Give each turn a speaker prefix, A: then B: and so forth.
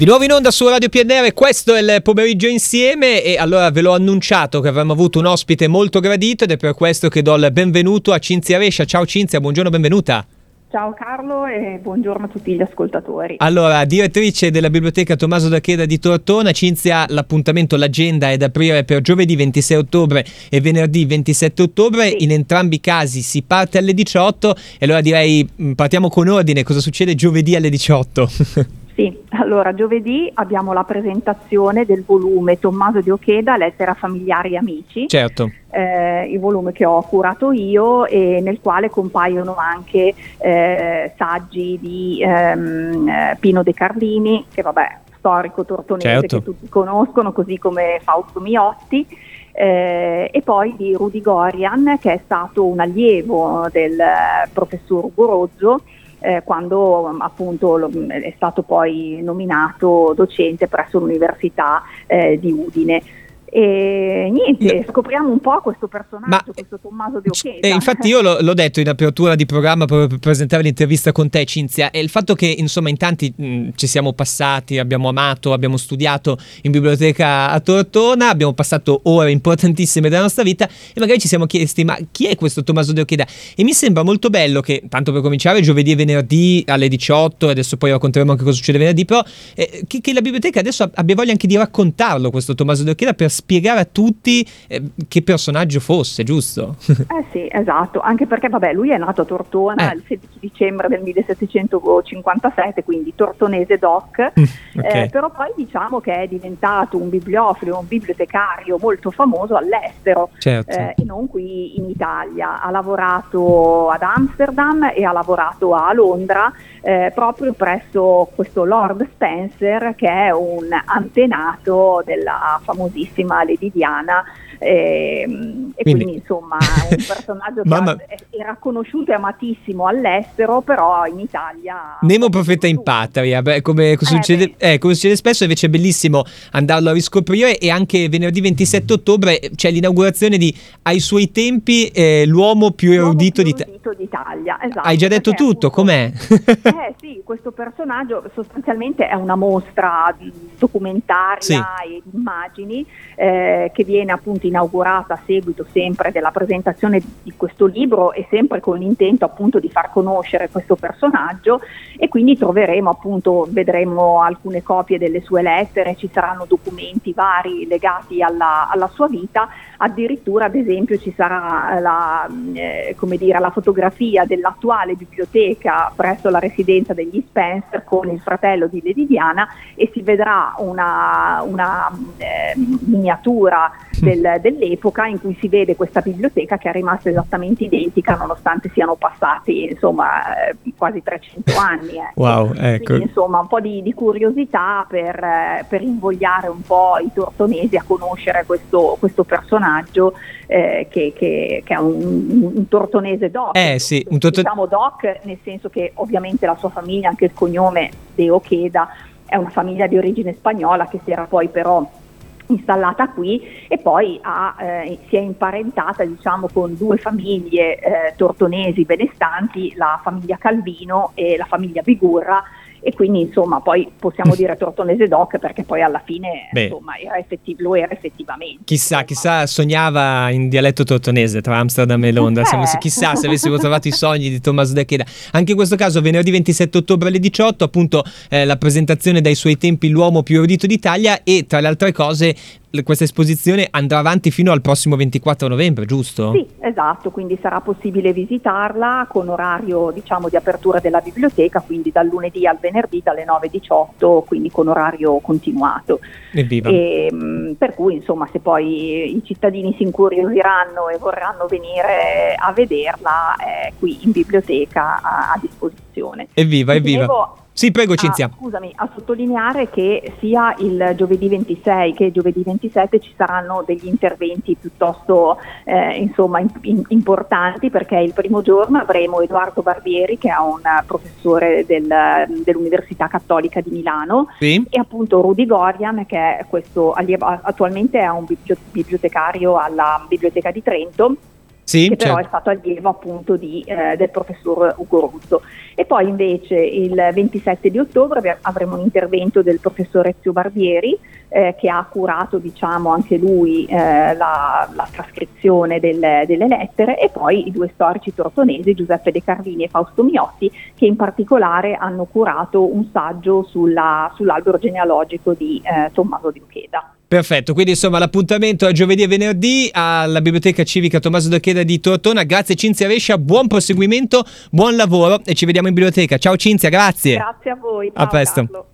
A: Di nuovo in onda su Radio PNR, questo è il pomeriggio insieme e allora ve l'ho annunciato che avremmo avuto un ospite molto gradito ed è per questo che do il benvenuto a Cinzia Rescia. Ciao Cinzia, buongiorno, benvenuta.
B: Ciao Carlo e buongiorno a tutti gli ascoltatori.
A: Allora, direttrice della Biblioteca Tommaso da Cheda di Tortona. Cinzia, l'appuntamento, l'agenda è da aprire per giovedì 26 ottobre e venerdì 27 ottobre.
B: Sì.
A: In entrambi i casi si parte alle 18 e allora direi partiamo con ordine. Cosa succede giovedì alle 18?
B: Sì, allora giovedì abbiamo la presentazione del volume Tommaso di Ocheda, Lettere a familiari e amici.
A: Certo.
B: Il volume che ho curato io e nel quale compaiono anche saggi di Pino De Carlini, che vabbè, storico tortonese,
A: certo,
B: che tutti conoscono, così come Fausto Miotti. E poi di Rudy Gorian, che è stato un allievo del professor Ugo Rozzo, quando appunto è stato poi nominato docente presso l'Università di Udine. E niente, scopriamo un po' questo personaggio, questo Tommaso di Ocheda.
A: Infatti io l'ho detto in apertura di programma proprio per presentare l'intervista con te, Cinzia, e il fatto che insomma in tanti ci siamo passati, abbiamo amato, abbiamo studiato in biblioteca a Tortona, abbiamo passato ore importantissime della nostra vita e magari ci siamo chiesti ma chi è questo Tommaso di Ocheda? E mi sembra molto bello che, tanto per cominciare, giovedì e venerdì alle 18, e adesso poi racconteremo anche cosa succede venerdì, però che la biblioteca adesso abbia voglia anche di raccontarlo, questo Tommaso di Ocheda, per spiegare a tutti che personaggio fosse, giusto?
B: Sì, esatto, anche perché vabbè, lui è nato a Tortona il 16 dicembre del 1757, quindi tortonese doc, okay. Però poi diciamo che è diventato un bibliofilo, un bibliotecario molto famoso all'estero,
A: certo.
B: E non qui in Italia. Ha lavorato ad Amsterdam e ha lavorato a Londra, proprio presso questo Lord Spencer, che è un antenato della famosissima Lady Diana, e quindi insomma un personaggio che era conosciuto e amatissimo all'estero, però in Italia
A: Nemo profeta in patria, come succede spesso. Invece è bellissimo andarlo a riscoprire. E anche venerdì 27 ottobre c'è l'inaugurazione di Ai suoi tempi l'uomo più erudito
B: d'Italia. Esatto,
A: hai già detto tutto, com'è?
B: Sì, questo personaggio sostanzialmente è una mostra documentaria e di immagini che viene appunto inaugurata a seguito sempre della presentazione di questo libro e sempre con l'intento appunto di far conoscere questo personaggio, e quindi troveremo appunto, vedremo alcune copie delle sue lettere, ci saranno documenti vari legati alla sua vita, addirittura ad esempio ci sarà la fotografia dell'attuale biblioteca presso la residenza degli Spencer con il fratello di Lady Diana, e si vedrà una miniatura dell'epoca in cui si vede questa biblioteca che è rimasta esattamente identica nonostante siano passati insomma quasi 300 anni.
A: Wow, ecco.
B: Quindi insomma un po' di curiosità per invogliare un po' i tortonesi a conoscere questo personaggio che è un tortonese doc. Diciamo doc nel senso che ovviamente la sua famiglia, anche il cognome De Ocheda, è una famiglia di origine spagnola che si era poi però installata qui, e poi si è imparentata diciamo con due famiglie tortonesi benestanti, la famiglia Calvino e la famiglia Bigurra, e quindi insomma poi possiamo dire tortonese doc perché poi alla fine insomma lo era effettivamente.
A: Chissà, sognava in dialetto tortonese tra Amsterdam e Londra, chissà se avessimo trovato i sogni di Tommaso da Cheda. Anche in questo caso venerdì 27 ottobre alle 18 appunto la presentazione Dai suoi tempi l'uomo più erudito d'Italia, e tra le altre cose questa esposizione andrà avanti fino al prossimo 24 novembre, giusto?
B: Sì, esatto, quindi sarà possibile visitarla con orario diciamo di apertura della biblioteca, quindi dal lunedì al venerdì dalle 9:18, quindi con orario continuato.
A: Evviva.
B: Per cui insomma se poi i cittadini si incuriosiranno e vorranno venire a vederla, è qui in biblioteca a disposizione.
A: Evviva. Sì, prego Cinzia.
B: A sottolineare che sia il giovedì 26 che il giovedì 27 ci saranno degli interventi piuttosto importanti, perché il primo giorno avremo Edoardo Barbieri, che è un professore dell'Università Cattolica di Milano, e appunto Rudy Gorian, che è attualmente è un bibliotecario alla Biblioteca di Trento,
A: sì,
B: che però
A: certo.
B: è stato allievo appunto del professor Ugo Russo. E poi invece il 27 di ottobre avremo un intervento del professor Ezio Barbieri, che ha curato, diciamo, anche lui la trascrizione delle lettere, e poi i 2 storici tortonesi, Giuseppe De Carlini e Fausto Miotti, che in particolare hanno curato un saggio sull'albero genealogico di Tommaso di Ucheda.
A: Perfetto, quindi insomma l'appuntamento è giovedì e venerdì alla Biblioteca Civica Tommaso d'Ocheda di Tortona. Grazie Cinzia Rescia, buon proseguimento, buon lavoro e ci vediamo in biblioteca. Ciao Cinzia, grazie.
B: Grazie a voi. Ciao,
A: A presto.
B: Carlo.